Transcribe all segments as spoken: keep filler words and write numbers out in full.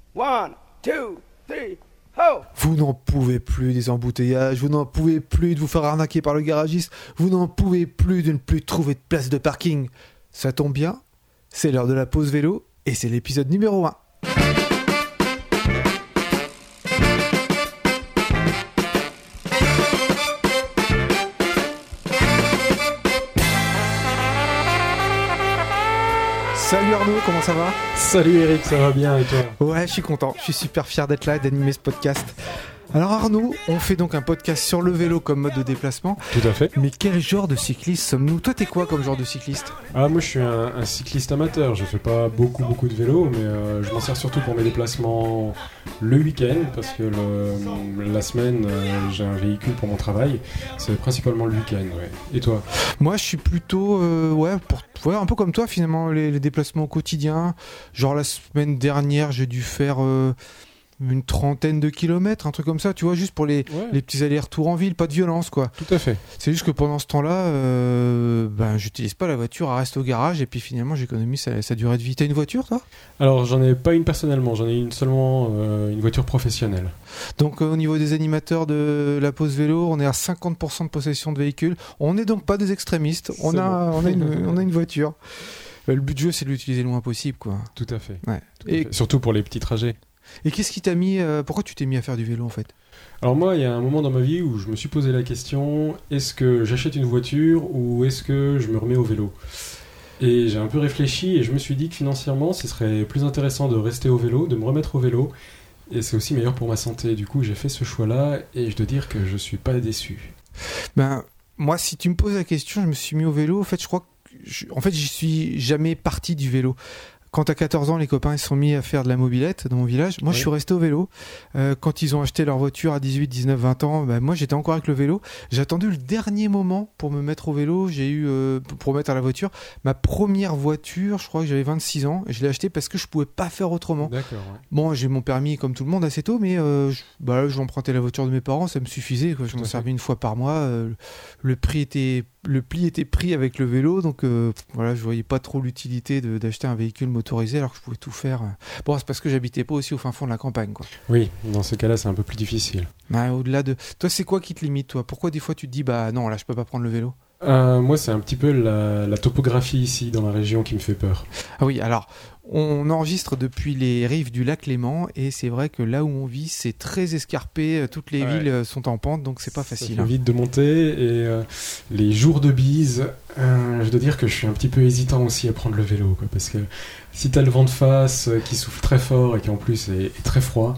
One, two, three, ho! Vous n'en pouvez plus des embouteillages, vous n'en pouvez plus de vous faire arnaquer par le garagiste, vous n'en pouvez plus de ne plus trouver de place de parking. Ça tombe bien, c'est l'heure de la pause vélo et c'est l'épisode numéro un. Salut Arnaud, comment ça va ? Salut Eric, ça va bien et toi ? Ouais, je suis content, je suis super fier d'être là et d'animer ce podcast. Alors Arnaud, on fait donc un podcast sur le vélo comme mode de déplacement. Tout à fait. Mais quel genre de cycliste sommes-nous ? Toi, t'es quoi comme genre de cycliste ? Ah, moi je suis un, un cycliste amateur, je fais pas beaucoup beaucoup de vélo, mais euh, je m'en sers surtout pour mes déplacements le week-end, parce que le, la semaine euh, j'ai un véhicule pour mon travail, c'est principalement le week-end, ouais. Et toi ? Moi, je suis plutôt, euh, ouais, pour, ouais, un peu comme toi finalement, les, les déplacements au quotidien. Genre la semaine dernière, j'ai dû faire... Euh, une trentaine de kilomètres, un truc comme ça, tu vois, juste pour les, ouais. les petits allers-retours en ville, pas de violence, quoi. Tout à fait. C'est juste que pendant ce temps-là, euh, ben, j'utilise pas la voiture, elle reste au garage, et puis finalement, j'économise sa, sa durée de vie. T'as une voiture, toi ? Alors, j'en ai pas une personnellement, j'en ai une seulement, euh, une voiture professionnelle. Donc, euh, au niveau des animateurs de la pause vélo, on est à cinquante pour cent de possession de véhicules. On n'est donc pas des extrémistes, on a, bon. on, a une, on a une voiture. Le but du jeu, c'est de l'utiliser le moins possible, quoi. Tout à fait. Ouais. Tout à Et... fait. Surtout pour les petits trajets. Et qu'est-ce qui t'a mis... Euh, pourquoi tu t'es mis à faire du vélo, en fait ? Alors moi, il y a un moment dans ma vie où je me suis posé la question, est-ce que j'achète une voiture ou est-ce que je me remets au vélo ? Et j'ai un peu réfléchi et je me suis dit que financièrement, ce serait plus intéressant de rester au vélo, de me remettre au vélo. Et c'est aussi meilleur pour ma santé. Du coup, j'ai fait ce choix-là et je dois dire que je suis pas déçu. Ben, moi, si tu me poses la question, je me suis mis au vélo. En fait, je crois que... Je... En fait, j'y suis jamais parti du vélo. Quand à quatorze ans, les copains ils se sont mis à faire de la mobilette dans mon village. Moi, ouais. Je suis resté au vélo. Euh, quand ils ont acheté leur voiture à dix-huit, dix-neuf, vingt ans, bah, moi, j'étais encore avec le vélo. J'ai attendu le dernier moment pour me mettre au vélo. J'ai eu, euh, pour mettre à la voiture, ma première voiture, je crois que j'avais vingt-six ans. Et je l'ai achetée parce que je pouvais pas faire autrement. D'accord, ouais. Bon, j'ai mon permis comme tout le monde assez tôt, mais euh, je, bah, j'empruntais la voiture de mes parents, ça me suffisait, quoi. Je m'en servais une fois par mois. Euh, le prix était... Le pli était pris avec le vélo, donc euh, voilà, je voyais pas trop l'utilité de, d'acheter un véhicule motorisé alors que je pouvais tout faire. Bon, c'est parce que j'habitais pas aussi au fin fond de la campagne, quoi. Oui, dans ce cas-là, c'est un peu plus difficile. Ah, au-delà de... Toi, c'est quoi qui te limite, toi ? Pourquoi des fois tu te dis, bah non, là, je peux pas prendre le vélo ? euh, Moi, c'est un petit peu la, la topographie ici, dans la région, qui me fait peur. Ah oui, alors... On enregistre depuis les rives du lac Léman et c'est vrai que là où on vit, c'est très escarpé. Toutes les ouais. villes sont en pente, donc c'est pas facile. Ça fait vite de monter et euh, les jours de bise, euh, je dois dire que je suis un petit peu hésitant aussi à prendre le vélo, quoi, parce que si t'as le vent de face euh, qui souffle très fort et qui en plus est, est très froid,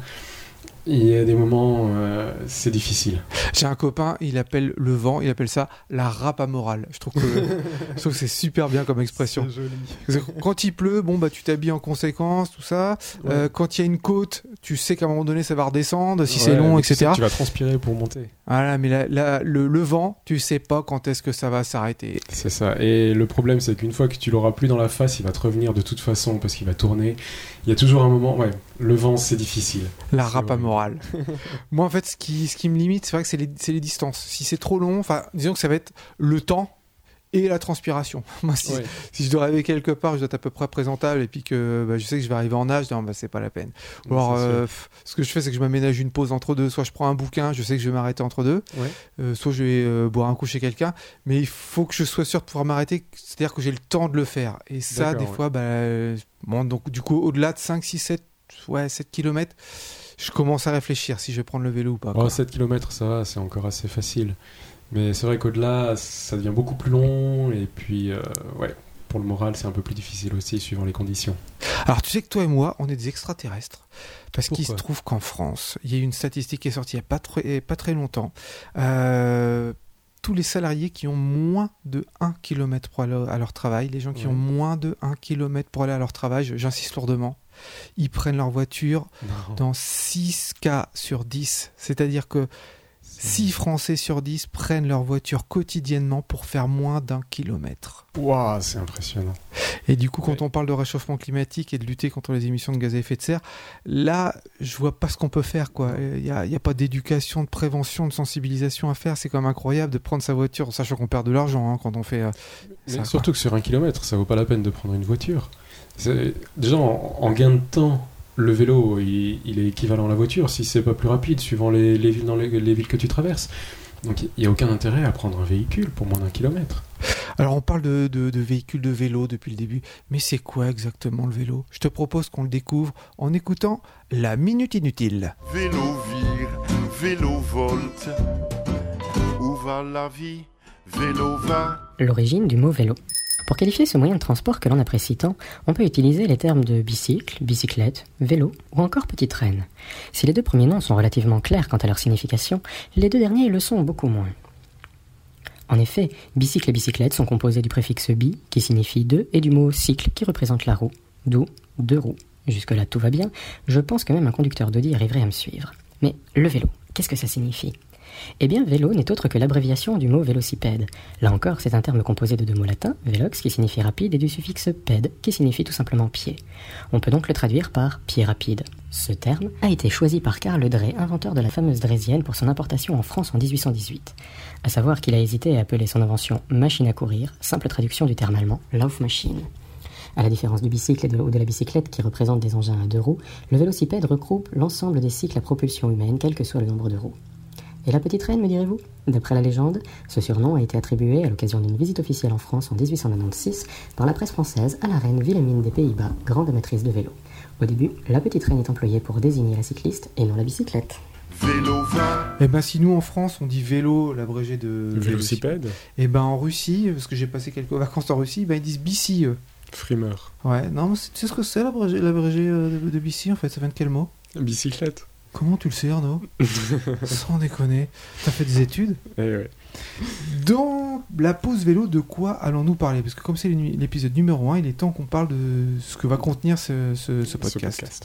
il y a des moments, euh, c'est difficile. J'ai un copain, il appelle le vent, il appelle ça la râpe à morale. Je trouve que, je trouve que c'est super bien comme expression. C'est joli. Quand il pleut, bon bah tu t'habilles en conséquence, tout ça. Ouais. Euh, quand il y a une côte, tu sais qu'à un moment donné ça va redescendre, si ouais, c'est long, et cetera. Tu, sais, tu vas transpirer pour monter. Voilà, mais la, la, le, le vent, tu sais pas quand est-ce que ça va s'arrêter. C'est ça. Et le problème, c'est qu'une fois que tu l'auras plus dans la face, il va te revenir de toute façon parce qu'il va tourner. Il y a toujours un moment, ouais, le vent, c'est difficile. La râpe à morale. Moi, en fait, ce qui, ce qui me limite, c'est vrai que c'est les, c'est les distances. Si c'est trop long, enfin, disons que ça va être le temps et la transpiration. Moi, si, ouais. si je dois arriver quelque part, je dois être à peu près présentable et puis que bah, je sais que je vais arriver en nage, non, bah, c'est pas la peine. Ou alors, euh, ce que je fais, c'est que je m'aménage une pause entre deux. Soit je prends un bouquin, je sais que je vais m'arrêter entre deux. Ouais. Euh, soit je vais euh, boire un coup chez quelqu'un. Mais il faut que je sois sûr de pouvoir m'arrêter. C'est-à-dire que j'ai le temps de le faire. Et ça, D'accord, des ouais. fois, bah, euh, bon, donc du coup, au-delà de cinq, six, sept, ouais, sept kilomètres, je commence à réfléchir si je vais prendre le vélo ou pas. Oh, sept kilomètres, ça va, c'est encore assez facile. Mais c'est vrai qu'au-delà, ça devient beaucoup plus long. Et puis, euh, ouais, pour le moral, c'est un peu plus difficile aussi, suivant les conditions. Alors, tu sais que toi et moi, on est des extraterrestres. Parce Pourquoi ? qu'il se trouve qu'en France, il y a eu une statistique qui est sortie il n'y a pas très, pas très longtemps. Euh, tous les salariés qui ont moins de un kilomètre pour aller à leur travail, les gens qui ouais. ont moins de un kilomètre pour aller à leur travail, j'insiste lourdement, ils prennent leur voiture non. dans six cas sur dix. C'est-à-dire que six Français sur dix prennent leur voiture quotidiennement pour faire moins d'un kilomètre. Waouh, c'est impressionnant. Et du coup, quand ouais. on parle de réchauffement climatique et de lutter contre les émissions de gaz à effet de serre, là, je vois pas ce qu'on peut faire, quoi. Il y a, y a pas d'éducation, de prévention, de sensibilisation à faire. C'est quand même incroyable de prendre sa voiture, sachant qu'on perd de l'argent hein, quand on fait euh, Mais ça. Surtout Quoi. Que sur un kilomètre, ça vaut pas la peine de prendre une voiture. C'est, déjà, en, en gain de temps, le vélo, il, il est équivalent à la voiture, si c'est pas plus rapide, suivant les, les villes dans les, les villes que tu traverses. Donc il n'y a aucun intérêt à prendre un véhicule pour moins d'un kilomètre. Alors on parle de, de, de véhicules de vélo depuis le début, mais c'est quoi exactement le vélo ? Je te propose qu'on le découvre en écoutant la Minute Inutile. Vélo vire, vélo volte, où va la vie ? Vélo va. L'origine du mot vélo. Pour qualifier ce moyen de transport que l'on apprécie tant, on peut utiliser les termes de bicycle, bicyclette, vélo ou encore petite traîne. Si les deux premiers noms sont relativement clairs quant à leur signification, les deux derniers le sont beaucoup moins. En effet, bicycle et bicyclette sont composés du préfixe bi, qui signifie deux, et du mot cycle, qui représente la roue, d'où deux roues. Jusque-là, tout va bien. Je pense que même un conducteur d'Audi arriverait à me suivre. Mais le vélo, qu'est-ce que ça signifie ? Eh bien, vélo n'est autre que l'abréviation du mot vélocipède. Là encore, c'est un terme composé de deux mots latins, velox, qui signifie rapide, et du suffixe pède, qui signifie tout simplement pied. On peut donc le traduire par pied rapide. Ce terme a été choisi par Karl Drée, inventeur de la fameuse draisienne, pour son importation en France en dix-huit cent dix-huit. À savoir qu'il a hésité à appeler son invention machine à courir, simple traduction du terme allemand Laufmaschine. À la différence du bicycle et de, ou de la bicyclette qui représentent des engins à deux roues, le vélocipède regroupe l'ensemble des cycles à propulsion humaine, quel que soit le nombre de roues. Et la petite reine, me direz-vous ? D'après la légende, ce surnom a été attribué à l'occasion d'une visite officielle en France en dix-huit cent quatre-vingt-seize dans la presse française à la reine Wilhelmine des Pays-Bas, grande amatrice de vélo. Au début, la petite reine est employée pour désigner la cycliste et non la bicyclette. Vélo va. Eh ben si nous en France on dit vélo, l'abrégé de Vélocipède. Et ben en Russie, parce que j'ai passé quelques vacances en Russie, ben ils disent bici. eux. Frimeur. Ouais, non, mais c'est- tu sais ce que c'est l'abrégé, l'abrégé euh, de, de bici en fait, ça vient de quel mot ? Bicyclette. Comment tu le sais Arnaud ? Sans déconner. T'as fait des études ? Eh ouais. Dans la pause vélo, de quoi allons-nous parler ? Parce que comme c'est l'é- l'épisode numéro un, il est temps qu'on parle de ce que va contenir ce, ce, ce podcast. Ce podcast.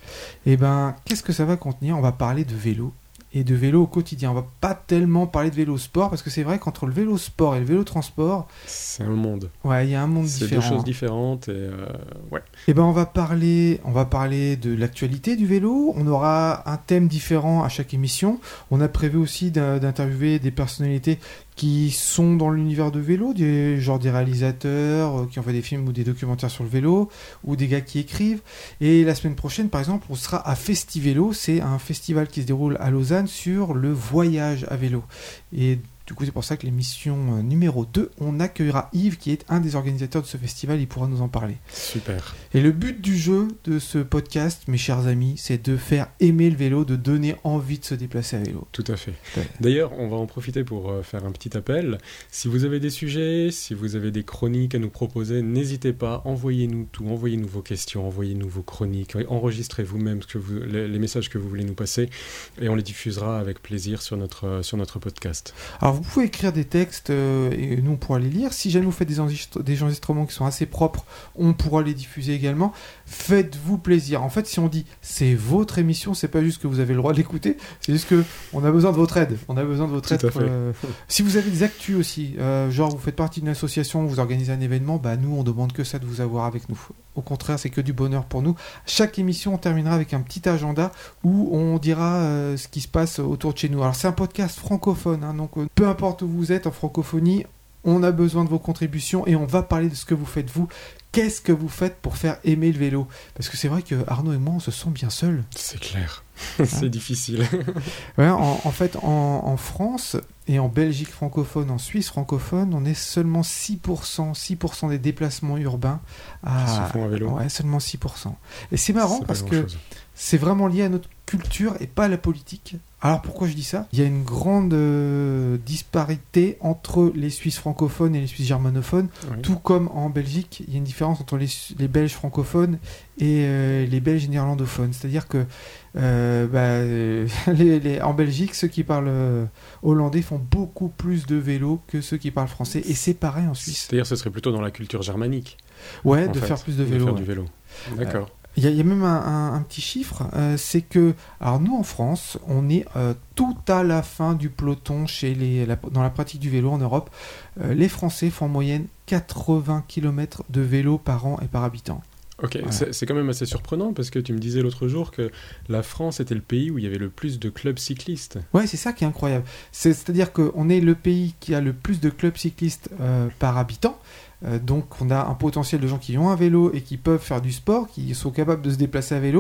Et ben, qu'est-ce que ça va contenir ? On va parler de vélo. Et de vélo au quotidien. On va pas tellement parler de vélo sport, parce que c'est vrai qu'entre le vélo sport et le vélo transport, C'est un monde. ouais, il y a un monde C'est différent. deux choses différentes et euh, ouais. Et ben on va parler, on va parler de l'actualité du vélo. On aura un thème différent à chaque émission. On a prévu aussi d'in- d'interviewer des personnalités qui sont dans l'univers de vélo, des genre des réalisateurs euh, qui ont fait des films ou des documentaires sur le vélo, ou des gars qui écrivent. Et la semaine prochaine, par exemple, on sera à Festivélo. C'est un festival qui se déroule à Lausanne sur le voyage à vélo. Et du coup, c'est pour ça que l'émission euh, numéro deux, on accueillera Yves, qui est un des organisateurs de ce festival. Il pourra nous en parler. Super. Et le but du jeu de ce podcast, mes chers amis, c'est de faire aimer le vélo, de donner envie de se déplacer à vélo. Tout à fait. Ouais. D'ailleurs, on va en profiter pour euh, faire un petit appel. Si vous avez des sujets, si vous avez des chroniques à nous proposer, n'hésitez pas, envoyez-nous tout, envoyez-nous vos questions, envoyez-nous vos chroniques, enregistrez vous-même ce que vous, les, les messages que vous voulez nous passer et on les diffusera avec plaisir sur notre, euh, sur notre podcast. Alors vous pouvez écrire des textes euh, et nous on pourra les lire. Si jamais vous faites des, enregistre- des enregistrements qui sont assez propres, on pourra les diffuser également. Faites-vous plaisir. En fait, si on dit c'est votre émission, c'est pas juste que vous avez le droit de l'écouter, c'est juste que on a besoin de votre aide. On a besoin de votre Tout aide. à fait. euh, Si vous avez des actus aussi, euh, genre vous faites partie d'une association, vous organisez un événement, bah nous on demande que ça de vous avoir avec nous. Au contraire, c'est que du bonheur pour nous. Chaque émission, on terminera avec un petit agenda où on dira euh, ce qui se passe autour de chez nous. Alors c'est un podcast francophone, hein, donc euh, peu importe où vous êtes en francophonie, on a besoin de vos contributions et on va parler de ce que vous faites vous. Qu'est-ce que vous faites pour faire aimer le vélo ? Parce que c'est vrai que Arnaud et moi, on se sent bien seuls. C'est clair. C'est difficile. Ouais, en, en fait, en, en France et en Belgique francophone, en Suisse francophone, on est seulement six pour cent, six pour cent des déplacements urbains à... Qui se font à vélo. Ouais, seulement six pour cent. Et c'est marrant C'est pas parce que grand-chose. c'est vraiment lié à notre culture et pas à la politique. Alors pourquoi je dis ça ? Il y a une grande euh, disparité entre les Suisses francophones et les Suisses germanophones, Oui. tout comme en Belgique, il y a une différence entre les, les Belges francophones et euh, les Belges néerlandophones. C'est-à-dire que euh, bah, euh, les, les- en Belgique, ceux qui parlent euh, hollandais font beaucoup plus de vélo que ceux qui parlent français. Et c'est pareil en Suisse. C'est-à-dire, ce serait plutôt dans la culture germanique. Ouais, en de fait, faire plus de de vélo. faire ouais. du vélo. D'accord. Il y, a- il y a même un, un- un petit chiffre, euh, c'est que, alors nous en France, on est euh, tout à la fin du peloton chez les, la- dans la pratique du vélo en Europe. Euh, les Français font en moyenne quatre-vingts kilomètres de vélo par an et par habitant. Ok, Ouais. c'est, c'est quand même assez surprenant parce que tu me disais l'autre jour que la France était le pays où il y avait le plus de clubs cyclistes. Ouais, c'est ça qui est incroyable. C'est, c'est-à-dire qu'on est le pays qui a le plus de clubs cyclistes euh, par habitant. Euh, donc on a un potentiel de gens qui ont un vélo et qui peuvent faire du sport, qui sont capables de se déplacer à vélo.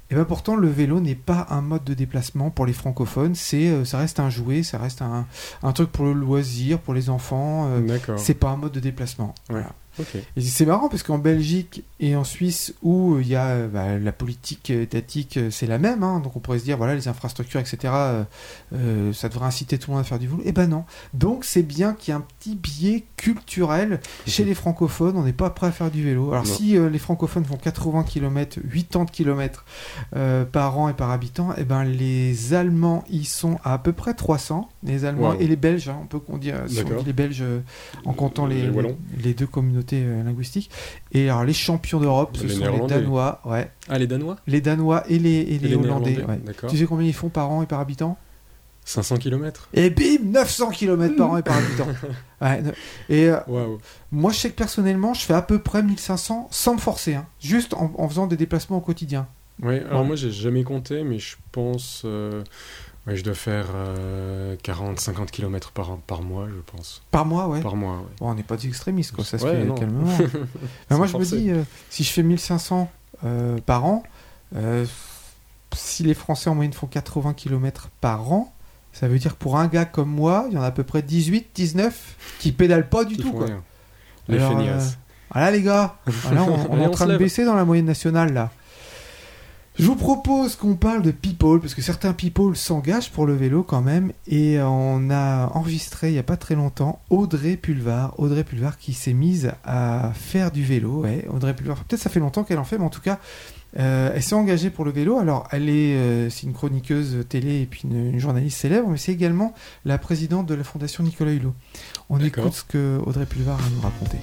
Et ben pourtant, le vélo n'est pas un mode de déplacement pour les francophones. C'est, euh, ça reste un jouet, ça reste un, un truc pour le loisir, pour les enfants. Euh, D'accord. c'est pas un mode de déplacement. Ouais. Voilà. Ok. Et c'est marrant parce qu'en Belgique et en Suisse, où il y a euh, bah, la politique étatique, euh, c'est la même. Hein, donc on pourrait se dire, voilà, les infrastructures, et cetera, euh, euh, ça devrait inciter tout le monde à faire du vélo. Eh ben non. Donc c'est bien qu'il y ait un petit biais culturel chez les francophones. On n'est pas prêt à faire du vélo. Alors Non. si euh, les francophones font quatre-vingts kilomètres, quatre-vingts kilomètres euh, par an et par habitant, eh ben les Allemands, ils sont à à peu près trois cents. Les Allemands Wow. et les Belges, hein, on peut qu'on dire, si on D'accord. dit les Belges euh, en comptant les, Les Wallons. les, les deux communautés euh, linguistiques. Et alors les champions d'Europe, ce Les sont les Néerlandais. Danois, ouais, Ah, les Danois les Danois et les, et les les Hollandais. Néerlandais, Ouais. d'accord. Tu sais combien ils font par an et par habitant? cinq cents kilomètres. Et bim, neuf cents kilomètres par an et par habitant. Ouais, ne- et euh, Waouh. moi, je sais que personnellement, je fais à peu près mille cinq cents sans me forcer, hein, juste en, en faisant des déplacements au quotidien. Ouais, alors Ouais. moi j'ai jamais compté, mais je pense. euh, ouais, je dois faire euh, quarante à cinquante kilomètres par, par mois, je pense. Par mois, ouais. Par mois, ouais. Bon, on n'est pas des extrémistes, quoi, ça se Ouais, fait non. calmement. Ben, moi, je Sans me forcer. dis, euh, si je fais mille cinq cents euh, par an, euh, si les Français en moyenne font quatre-vingts kilomètres par an, ça veut dire que pour un gars comme moi, il y en a à peu près dix-huit, dix-neuf qui pédalent pas du Ils tout, font quoi. rien. Les Alors, feignasses. euh, voilà les gars, voilà, on, on Allez, est en on train se de lève. baisser dans la moyenne nationale là. Je vous propose qu'on parle de people, parce que certains people s'engagent pour le vélo quand même, et on a enregistré il n'y a pas très longtemps Audrey Pulvar, Audrey Pulvar qui s'est mise à faire du vélo. Ouais, Audrey Pulvar, peut-être ça fait longtemps qu'elle en fait, mais en tout cas, euh, elle s'est engagée pour le vélo. Alors, elle est, euh, c'est une chroniqueuse télé et puis une, une journaliste célèbre, mais c'est également la présidente de la Fondation Nicolas Hulot. On D'accord. écoute ce que Audrey Pulvar a nous raconter.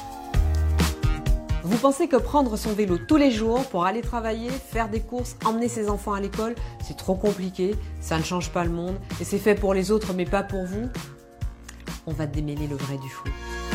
Vous pensez que prendre son vélo tous les jours pour aller travailler, faire des courses, emmener ses enfants à l'école, c'est trop compliqué, ça ne change pas le monde et c'est fait pour les autres mais pas pour vous? On va démêler le vrai du faux.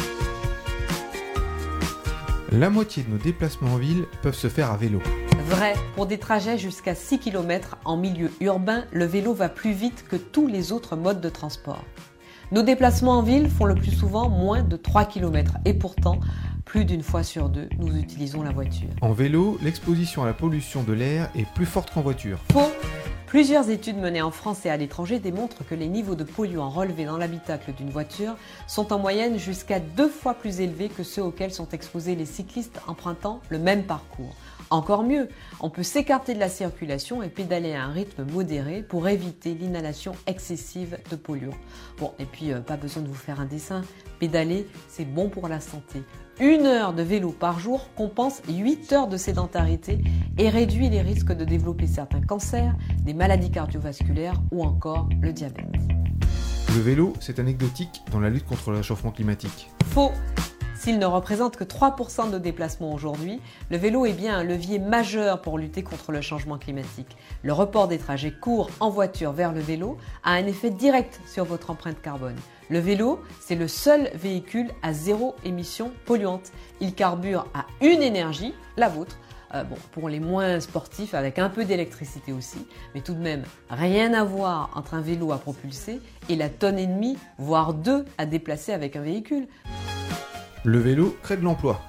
La moitié de nos déplacements en ville peuvent se faire à vélo. Vrai, pour des trajets jusqu'à six kilomètres en milieu urbain, le vélo va plus vite que tous les autres modes de transport. Nos déplacements en ville font le plus souvent moins de trois kilomètres et pourtant, plus d'une fois sur deux, nous utilisons la voiture. En vélo, l'exposition à la pollution de l'air est plus forte qu'en voiture. Faux. Plusieurs études menées en France et à l'étranger démontrent que les niveaux de polluants relevés dans l'habitacle d'une voiture sont en moyenne jusqu'à deux fois plus élevés que ceux auxquels sont exposés les cyclistes empruntant le même parcours. Encore mieux, on peut s'écarter de la circulation et pédaler à un rythme modéré pour éviter l'inhalation excessive de polluants. Bon, et puis euh, pas besoin de vous faire un dessin, pédaler, c'est bon pour la santé. Une heure de vélo par jour compense huit heures de sédentarité et réduit les risques de développer certains cancers, des maladies cardiovasculaires ou encore le diabète. Le vélo, c'est anecdotique dans la lutte contre le réchauffement climatique. Faux. S'il ne représente que trois pour cent de déplacements aujourd'hui, le vélo est bien un levier majeur pour lutter contre le changement climatique. Le report des trajets courts en voiture vers le vélo a un effet direct sur votre empreinte carbone. Le vélo, c'est le seul véhicule à zéro émission polluante. Il carbure à une énergie, la vôtre, euh, bon, pour les moins sportifs avec un peu d'électricité aussi, mais tout de même rien à voir entre un vélo à propulser et la tonne et demie, voire deux à déplacer avec un véhicule. Le vélo crée de l'emploi.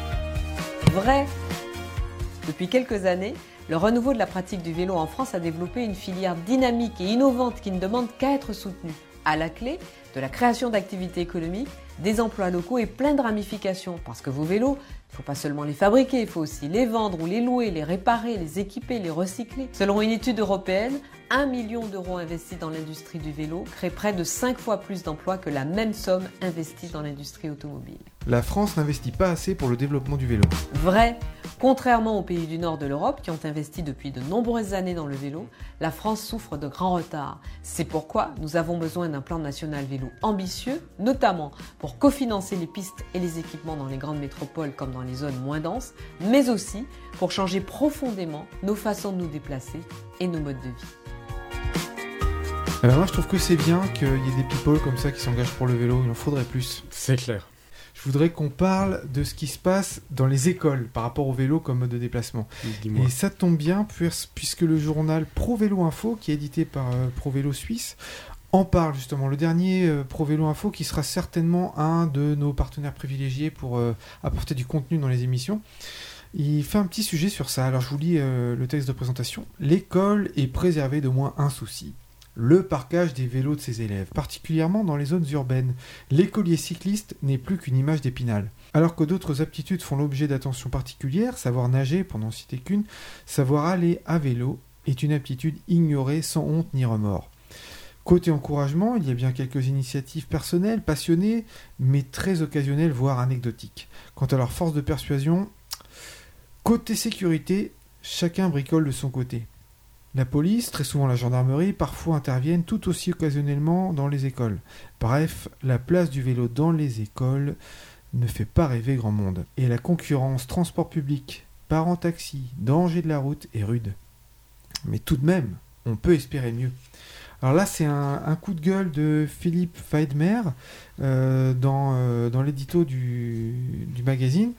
Vrai. Depuis quelques années, le renouveau de la pratique du vélo en France a développé une filière dynamique et innovante qui ne demande qu'à être soutenue. À la clé, de la création d'activités économiques, des emplois locaux et plein de ramifications. Parce que vos vélos, il ne faut pas seulement les fabriquer, il faut aussi les vendre ou les louer, les réparer, les équiper, les recycler. Selon une étude européenne, un million d'euros investis dans l'industrie du vélo crée près de cinq fois plus d'emplois que la même somme investie dans l'industrie automobile. La France n'investit pas assez pour le développement du vélo. Vrai. Contrairement aux pays du nord de l'Europe qui ont investi depuis de nombreuses années dans le vélo, la France souffre de grands retards. C'est pourquoi nous avons besoin d'un plan national vélo ambitieux, notamment pour cofinancer les pistes et les équipements dans les grandes métropoles comme dans les zones moins denses, mais aussi pour changer profondément nos façons de nous déplacer et nos modes de vie. Alors moi je trouve que c'est bien qu'il y ait des people comme ça qui s'engagent pour le vélo, il en faudrait plus. C'est clair. Je voudrais qu'on parle de ce qui se passe dans les écoles par rapport au vélo comme mode de déplacement. Dis-moi. Et ça tombe bien puisque le journal Pro Vélo Info, qui est édité par euh, Pro Vélo Suisse, en parle justement. Le dernier euh, Pro Vélo Info qui sera certainement un de nos partenaires privilégiés pour euh, apporter du contenu dans les émissions. il fait un petit sujet sur ça. Alors je vous lis euh, le texte de présentation. L'école est préservée de moins un souci. Le parquage des vélos de ses élèves, particulièrement dans les zones urbaines. L'écolier cycliste n'est plus qu'une image d'Épinal. Alors que d'autres aptitudes font l'objet d'attention particulière, savoir nager, pour n'en citer qu'une, savoir aller à vélo est une aptitude ignorée sans honte ni remords. Côté encouragement, il y a bien quelques initiatives personnelles, passionnées, mais très occasionnelles, voire anecdotiques. Quant à leur force de persuasion, côté sécurité, chacun bricole de son côté. La police, très souvent la gendarmerie, parfois interviennent tout aussi occasionnellement dans les écoles. Bref, la place du vélo dans les écoles ne fait pas rêver grand monde. Et la concurrence transport public, parents taxi, danger de la route est rude. Mais tout de même, on peut espérer mieux. Alors là, c'est un, un coup de gueule de Philippe Weidmer euh, dans, euh, dans l'édito du, du magazine.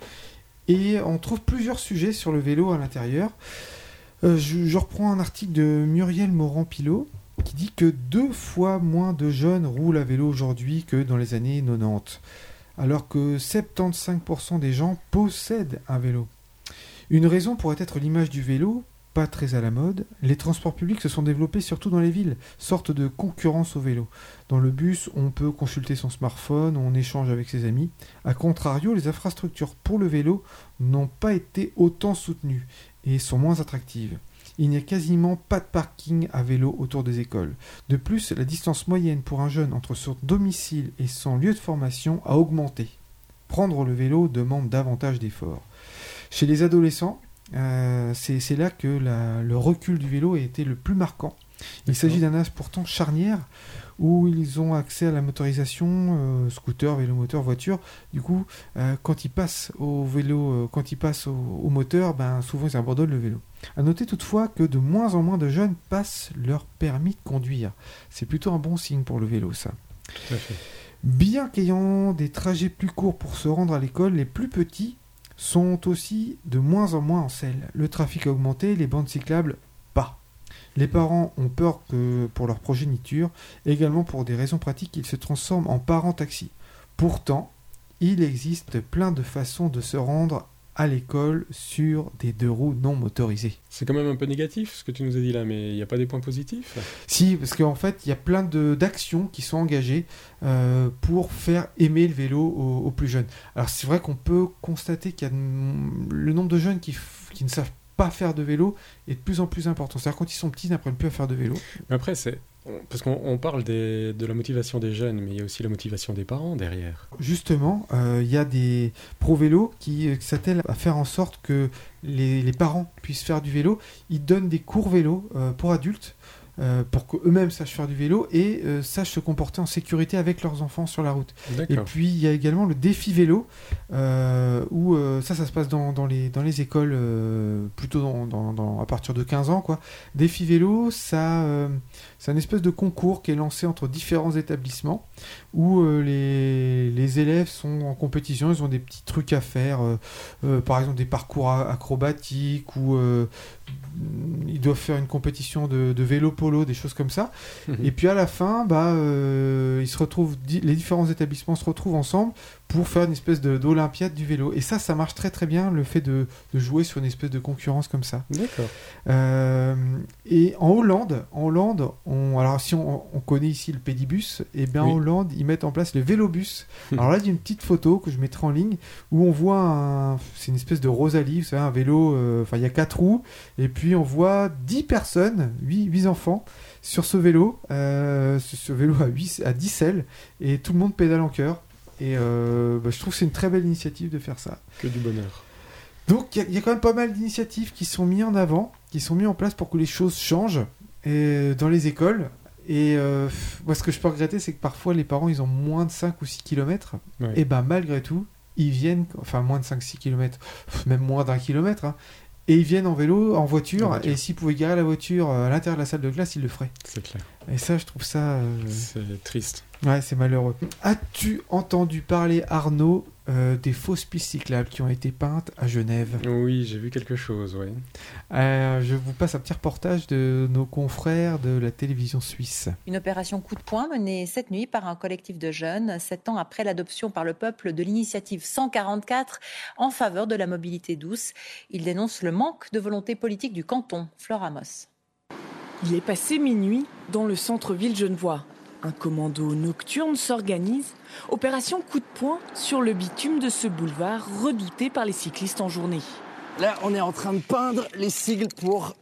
Et on trouve plusieurs sujets sur le vélo à l'intérieur. Euh, je, je reprends un article de Muriel Morand-Pilot qui dit que deux fois moins de jeunes roulent à vélo aujourd'hui que dans les années quatre-vingt-dix, alors que soixante-quinze pour cent des gens possèdent un vélo. Une raison pourrait être l'image du vélo, pas très à la mode. Les transports publics se sont développés surtout dans les villes, sorte de concurrence au vélo. Dans le bus, on peut consulter son smartphone, on échange avec ses amis. A contrario, les infrastructures pour le vélo n'ont pas été autant soutenues et sont moins attractives. Il n'y a quasiment pas de parking à vélo autour des écoles. De plus, la distance moyenne pour un jeune entre son domicile et son lieu de formation a augmenté. Prendre le vélo demande davantage d'efforts. Chez les adolescents, euh, c'est, c'est là que la, le recul du vélo a été le plus marquant. Il D'accord. s'agit d'un âge pourtant charnière où ils ont accès à la motorisation, euh, scooter, vélo moteur, voiture. Du coup, euh, quand ils passent au vélo, euh, quand ils passent au, au moteur, ben, souvent ils abandonnent le vélo. À noter toutefois que de moins en moins de jeunes passent leur permis de conduire. C'est plutôt un bon signe pour le vélo, ça. Tout à fait. Bien qu'ayant des trajets plus courts pour se rendre à l'école, les plus petits sont aussi de moins en moins en selle. Le trafic a augmenté, les bandes cyclables, pas. Les parents ont peur que pour leur progéniture, également pour des raisons pratiques, ils se transforment en parents taxi. Pourtant, il existe plein de façons de se rendre à l'école sur des deux roues non motorisées. C'est quand même un peu négatif ce que tu nous as dit là, mais il n'y a pas des points positifs ? Si, parce qu'en fait, il y a plein de, d'actions qui sont engagées euh, pour faire aimer le vélo aux, aux plus jeunes. Alors c'est vrai qu'on peut constater qu'il y a le nombre de jeunes qui, qui ne savent pas faire de vélo est de plus en plus important. C'est-à-dire quand ils sont petits, ils n'apprennent plus à faire de vélo. Mais après, c'est... Parce qu'on on parle des, de la motivation des jeunes, mais il y a aussi la motivation des parents derrière. Justement, il euh, y a des pro-vélos qui, qui s'attellent à faire en sorte que les, les parents puissent faire du vélo. Ils donnent des cours vélo euh, pour adultes, euh, pour qu'eux-mêmes sachent faire du vélo et euh, sachent se comporter en sécurité avec leurs enfants sur la route. D'accord. Et puis, il y a également le défi vélo, euh, où euh, ça, ça se passe dans, dans, les, dans les écoles, euh, plutôt dans, dans, dans, à partir de quinze ans, quoi. Défi vélo, ça... Euh, c'est un espèce de concours qui est lancé entre différents établissements où euh, les, les élèves sont en compétition, ils ont des petits trucs à faire, euh, euh, par exemple des parcours acrobatiques ou euh, ils doivent faire une compétition de, de vélo polo, des choses comme ça. Mmh. Et puis à la fin, bah, euh, ils se retrouvent, les différents établissements se retrouvent ensemble pour faire une espèce de, d'olympiade du vélo. Et ça, ça marche très très bien, le fait de, de jouer sur une espèce de concurrence comme ça. D'accord. Euh, et en Hollande, en Hollande, on, alors si on, on connaît ici le pédibus, et bien oui. En Hollande, ils mettent en place le vélobus. Alors là, il y a une petite photo que je mettrai en ligne où on voit, un, c'est une espèce de Rosalie, vous savez, un vélo, enfin euh, il y a quatre roues, et puis on voit dix personnes, huit enfants, sur ce vélo, euh, ce, ce vélo à, huit, à dix selles, et tout le monde pédale en chœur. Et euh, bah, je trouve que c'est une très belle initiative de faire ça. Que du bonheur. Donc il y, y a quand même pas mal d'initiatives qui sont mises en avant, qui sont mises en place pour que les choses changent et, dans les écoles. Et euh, moi ce que je peux regretter, c'est que parfois les parents ils ont moins de cinq ou six kilomètres. Ouais. Et ben malgré tout, ils viennent, enfin moins de cinq six kilomètres, même moins d'un kilomètre, hein, et ils viennent en vélo, en voiture, en voiture. Et s'ils pouvaient garer la voiture à l'intérieur de la salle de classe, ils le feraient. C'est clair. Et ça, je trouve ça... Euh... C'est triste. Ouais, c'est malheureux. As-tu entendu parler, Arnaud, euh, des fausses pistes cyclables qui ont été peintes à Genève. Oui, j'ai vu quelque chose, oui. Euh, je vous passe un petit reportage de nos confrères de la télévision suisse. Une opération coup de poing menée cette nuit par un collectif de jeunes, sept ans après l'adoption par le peuple de l'initiative cent quarante-quatre en faveur de la mobilité douce. Ils dénoncent le manque de volonté politique du canton. Fleur Amos. Il est passé minuit dans le centre-ville genevois. Un commando nocturne s'organise. Opération coup de poing sur le bitume de ce boulevard redouté par les cyclistes en journée. Là, on est en train de peindre les sigles pour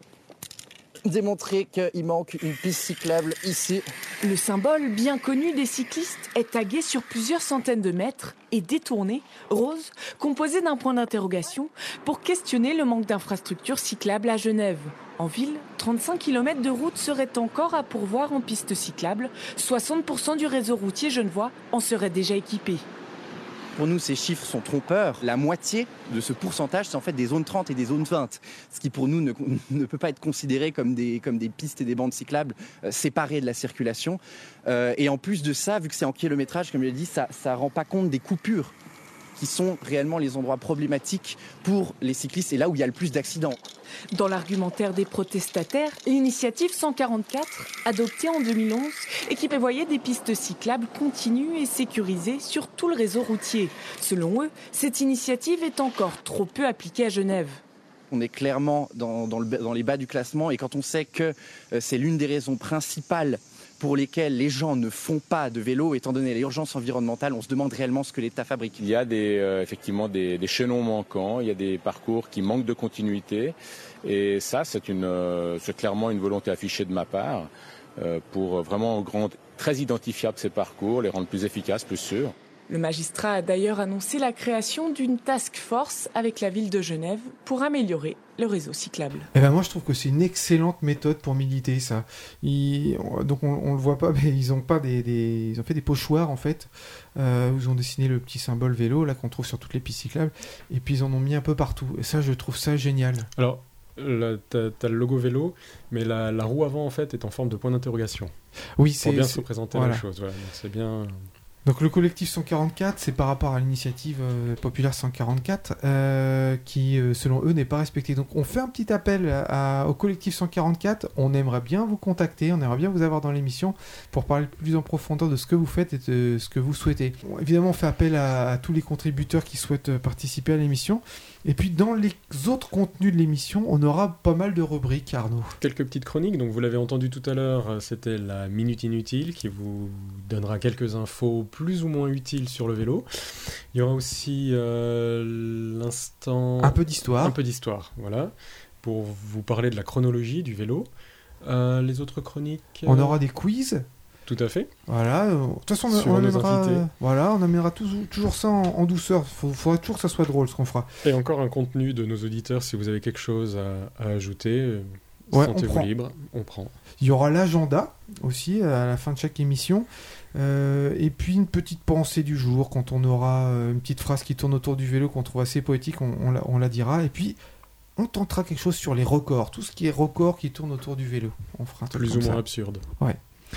démontrer qu'il manque une piste cyclable ici. Le symbole bien connu des cyclistes est tagué sur plusieurs centaines de mètres et détourné, rose, composé d'un point d'interrogation pour questionner le manque d'infrastructures cyclables à Genève. En ville, trente-cinq kilomètres de route seraient encore à pourvoir en pistes cyclables. soixante pour cent du réseau routier genevois en serait déjà équipé. Pour nous, ces chiffres sont trompeurs. La moitié de ce pourcentage, c'est en fait des zones trente et des zones vingt. Ce qui, pour nous, ne, ne peut pas être considéré comme des, comme des pistes et des bandes cyclables euh, séparées de la circulation. Euh, et en plus de ça, vu que c'est en kilométrage, comme je l'ai dit, ça ne rend pas compte des coupures qui sont réellement les endroits problématiques pour les cyclistes et là où il y a le plus d'accidents. Dans l'argumentaire des protestataires, l'initiative cent quarante-quatre, adoptée en deux mille onze, et qui prévoyait des pistes cyclables continues et sécurisées sur tout le réseau routier. Selon eux, cette initiative est encore trop peu appliquée à Genève. On est clairement dans, dans, le, dans les bas du classement et quand on sait que euh, c'est l'une des raisons principales pour lesquels les gens ne font pas de vélo, étant donné l'urgence environnementale, on se demande réellement ce que l'État fabrique. Il y a des, euh, effectivement des, des chaînons manquants, il y a des parcours qui manquent de continuité. Et ça, c'est, une, euh, c'est clairement une volonté affichée de ma part euh, pour vraiment rendre très identifiables ces parcours, les rendre plus efficaces, plus sûrs. Le magistrat a d'ailleurs annoncé la création d'une task force avec la ville de Genève pour améliorer le réseau cyclable. Eh ben moi je trouve que c'est une excellente méthode pour militer ça. Ils, donc on, on le voit pas, mais ils ont pas des, des ils ont fait des pochoirs en fait euh, où ils ont dessiné le petit symbole vélo là qu'on trouve sur toutes les pistes cyclables et puis ils en ont mis un peu partout. Et ça je trouve ça génial. Alors là, t'as, t'as le logo vélo, mais la, la roue avant en fait est en forme de point d'interrogation. Oui, c'est pour bien c'est, se représenter voilà. la chose. Voilà. Donc c'est bien. Donc le collectif cent quarante-quatre, c'est par rapport à l'initiative euh, populaire cent quarante-quatre euh, qui, euh, selon eux, n'est pas respectée. Donc on fait un petit appel à, à, au collectif cent quarante-quatre. On aimerait bien vous contacter, on aimerait bien vous avoir dans l'émission pour parler plus en profondeur de ce que vous faites et de ce que vous souhaitez. Bon, évidemment, on fait appel à, à tous les contributeurs qui souhaitent participer à l'émission. Et puis dans les autres contenus de l'émission, on aura pas mal de rubriques, Arnaud. Quelques petites chroniques. Donc vous l'avez entendu tout à l'heure, c'était la Minute Inutile qui vous donnera quelques infos plus ou moins utiles sur le vélo. Il y aura aussi euh, l'instant... Un peu d'histoire. Un peu d'histoire, voilà. Pour vous parler de la chronologie du vélo. Euh, les autres chroniques... Euh... On aura des quiz. Tout à fait. Voilà. De toute façon, on, on amènera, euh, voilà, on amènera tout, toujours ça en, en douceur. Il faudra toujours que ça soit drôle, ce qu'on fera. Et encore un contenu de nos auditeurs, si vous avez quelque chose à, à ajouter, euh, ouais, sentez-vous libre, on prend. Il y aura l'agenda aussi à la fin de chaque émission. Euh, et puis une petite pensée du jour, quand on aura euh, une petite phrase qui tourne autour du vélo qu'on trouve assez poétique, on, on, la, on la dira. Et puis... on tentera quelque chose sur les records, tout ce qui est record qui tourne autour du vélo. On fera un truc plus ou moins ça. absurde. Ouais.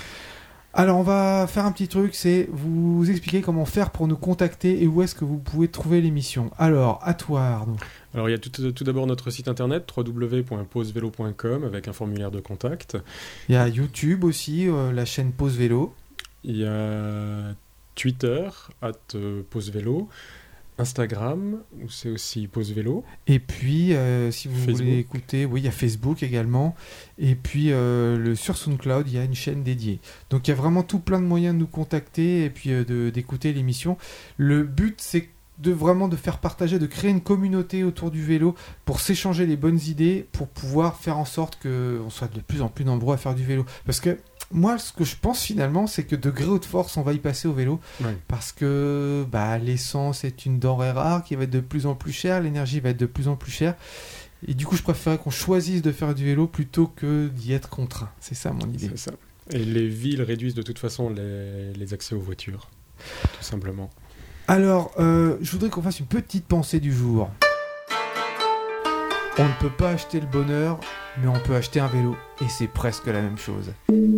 Alors on va faire un petit truc, c'est vous expliquer comment faire pour nous contacter et où est-ce que vous pouvez trouver l'émission. Alors, à toi Arnaud. Alors il y a tout, tout d'abord notre site internet w w w point pause vélo point com avec un formulaire de contact. Il y a YouTube aussi, euh, la chaîne Pause Vélo. Il y a Twitter, at Pause Vélo. Instagram, où c'est aussi Pause Vélo. Et puis, euh, si vous Facebook. voulez écouter, oui, il y a Facebook également. Et puis, euh, le, sur SoundCloud, il y a une chaîne dédiée. Donc, il y a vraiment tout plein de moyens de nous contacter et puis euh, de, d'écouter l'émission. Le but, c'est de vraiment de faire partager, de créer une communauté autour du vélo pour s'échanger les bonnes idées, pour pouvoir faire en sorte qu'on soit de plus en plus nombreux à faire du vélo. Parce que moi, ce que je pense finalement, c'est que de gré ou de force, on va y passer au vélo. Ouais. Parce que bah, l'essence est une denrée rare qui va être de plus en plus chère, l'énergie va être de plus en plus chère. Et du coup, je préférais qu'on choisisse de faire du vélo plutôt que d'y être contraint. C'est ça mon idée. C'est ça. Et les villes réduisent de toute façon les, les accès aux voitures, tout simplement. Alors, euh, je voudrais qu'on fasse une petite pensée du jour. On ne peut pas acheter le bonheur, mais on peut acheter un vélo et c'est presque la même chose.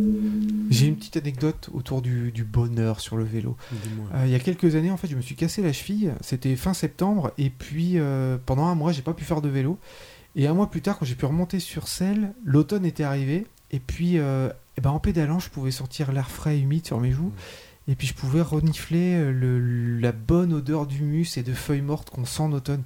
J'ai une petite anecdote autour du, du bonheur sur le vélo. Euh, il y a quelques années, en fait, je me suis cassé la cheville. C'était fin septembre et puis euh, pendant un mois, j'ai pas pu faire de vélo. Et un mois plus tard, quand j'ai pu remonter sur Celles, l'automne était arrivé et puis euh, et ben, en pédalant, je pouvais sentir l'air frais et humide sur mes joues. Et puis je pouvais renifler le, la bonne odeur d'humus et de feuilles mortes qu'on sent en automne.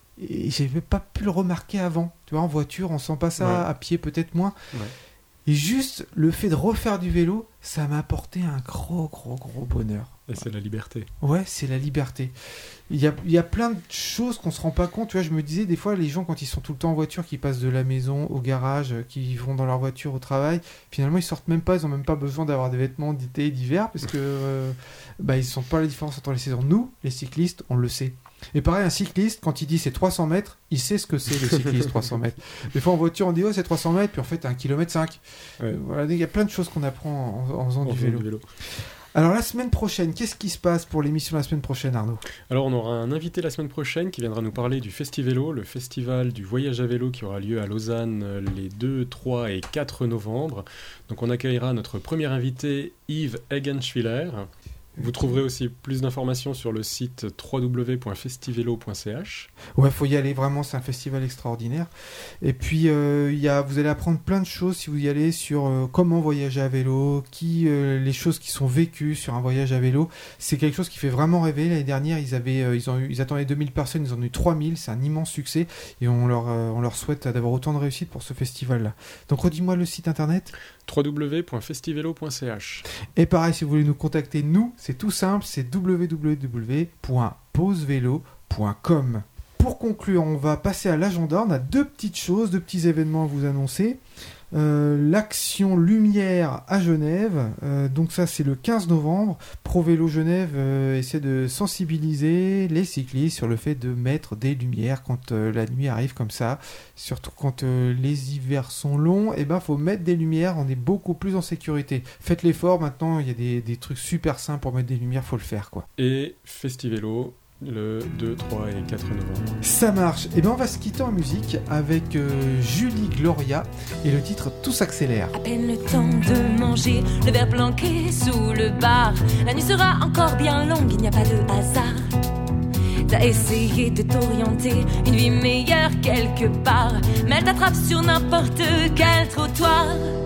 Et j'avais pas pu le remarquer avant. Tu vois, en voiture, on sent pas ça, ouais. À pied peut-être moins. Ouais. Et juste le fait de refaire du vélo, ça m'a apporté un gros, gros, gros bonheur. Et c'est la liberté. Ouais, c'est la liberté. Il y a, il y a plein de choses qu'on se rend pas compte. Tu vois, je me disais, des fois, les gens, quand ils sont tout le temps en voiture, qui passent de la maison au garage, qui vont dans leur voiture au travail, finalement, ils sortent même pas, ils ont même pas besoin d'avoir des vêtements d'été et d'hiver, parce que euh, bah, ils sentent pas la différence entre les saisons. Nous, les cyclistes, on le sait. Et pareil, un cycliste, quand il dit c'est trois cents mètres, il sait ce que c'est le cycliste trois cents mètres. Des fois en voiture, on dit oh c'est trois cents mètres, puis en fait, un kilomètre cinq. Ouais. Voilà, il y a plein de choses qu'on apprend en, en faisant en du, vélo. du vélo. Alors la semaine prochaine, qu'est-ce qui se passe pour l'émission la semaine prochaine, Arnaud ? Alors on aura un invité la semaine prochaine qui viendra nous parler du Festivélo, le festival du voyage à vélo qui aura lieu à Lausanne les deux, trois et quatre novembre. Donc on accueillera notre premier invité, Yves Eggenschwiller. Vous trouverez aussi plus d'informations sur le site w w w point festivélo point c h. Ouais, faut y aller, vraiment, c'est un festival extraordinaire. Et puis, euh, y a, vous allez apprendre plein de choses si vous y allez sur euh, comment voyager à vélo, qui, euh, les choses qui sont vécues sur un voyage à vélo. C'est quelque chose qui fait vraiment rêver. L'année dernière, ils, avaient, euh, ils, ont eu, ils attendaient deux mille personnes, ils en ont eu trois mille. C'est un immense succès et on leur, euh, on leur souhaite d'avoir autant de réussite pour ce festival-là. Donc, redis-moi le site internet. w w w point festivélo point c h. Et pareil, si vous voulez nous contacter, nous, c'est tout simple, c'est w w w point pause vélo point com. Pour conclure, on va passer à l'agenda. On a deux petites choses, deux petits événements à vous annoncer. Euh, l'action Lumière à Genève, euh, donc ça c'est le quinze novembre. Pro Vélo Genève euh, essaie de sensibiliser les cyclistes sur le fait de mettre des lumières quand euh, la nuit arrive comme ça, surtout quand euh, les hivers sont longs. Et ben faut mettre des lumières, on est beaucoup plus en sécurité. Faites l'effort, maintenant il y a des, des trucs super simples pour mettre des lumières, faut le faire quoi. Et Festivélo le deux, trois et quatre novembre. Ça marche. Et ben on va se quitter en musique avec euh, Julie Gloria et le titre Tout s'accélère. À peine le temps de manger, le verre planqué sous le bar. La nuit sera encore bien longue, il n'y a pas de hasard. T'as essayé de t'orienter, une vie meilleure quelque part, mais elle t'attrape sur n'importe quel trottoir.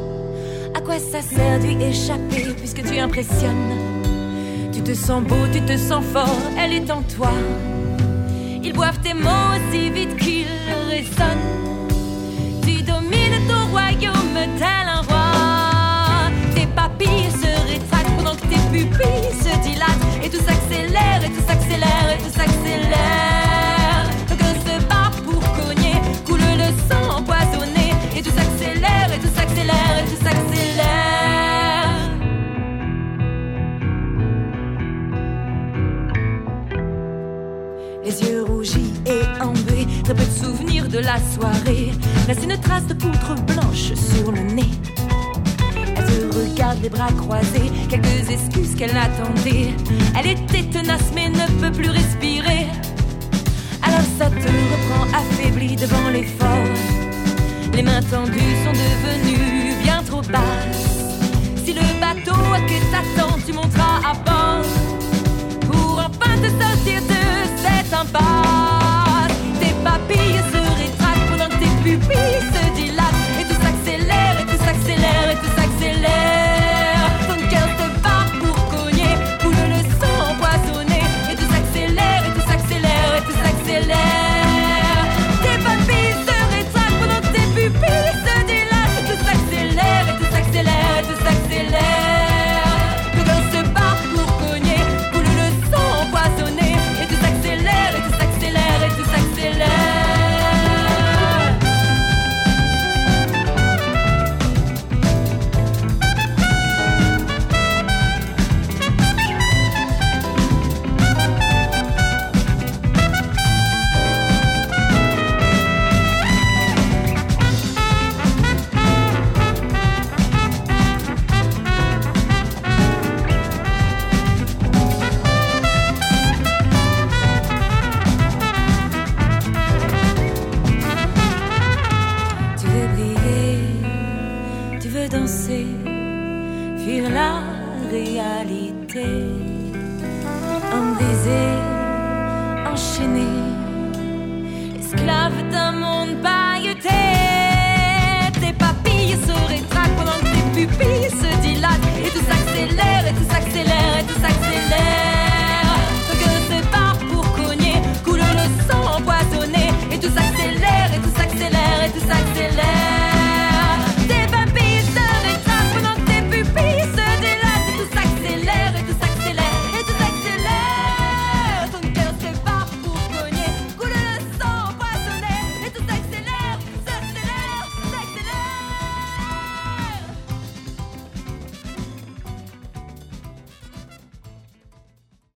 À quoi ça sert d'y échapper puisque tu impressionnes? Tu te sens beau, tu te sens fort, elle est en toi. Ils boivent tes mots aussi vite qu'ils résonnent. Tu domines ton royaume tel un roi. Tes papilles se rétractent pendant que tes pupilles se dilatent. Et tout s'accélère, et tout s'accélère, et tout s'accélère. Ton cœur se bat pour cogner, coule le sang empoisonné. Et tout s'accélère, et tout s'accélère, et tout s'accélère. Les yeux rougis et embués, très peu de souvenirs de la soirée. Laisse une trace de poudre blanche sur le nez. Elle te regarde les bras croisés, quelques excuses qu'elle attendait. Elle était tenace mais ne peut plus respirer. Alors ça te reprend affaibli devant l'effort. Les mains tendues sont devenues bien trop basses. Si le bateau que t'attends, tu monteras à bord pour enfin te sortir de cette impasse. Tes papilles se rétractent pendant que tes pupilles se dilatent. Et tout s'accélère, et tout s'accélère, et tout s'accélère. Ton cœur se bat pour cogner, coule le sang empoisonné. Et tout s'accélère, et tout s'accélère, et tout s'accélère. Tes papilles se rétractent pendant que tes pupilles se dilatent. Et tout s'accélère, et tout s'accélère, et tout s'accélère. Ton cœur se bat Tu veux danser, fuir la réalité, homme brisé, enchaîné, esclave d'un monde pailleté.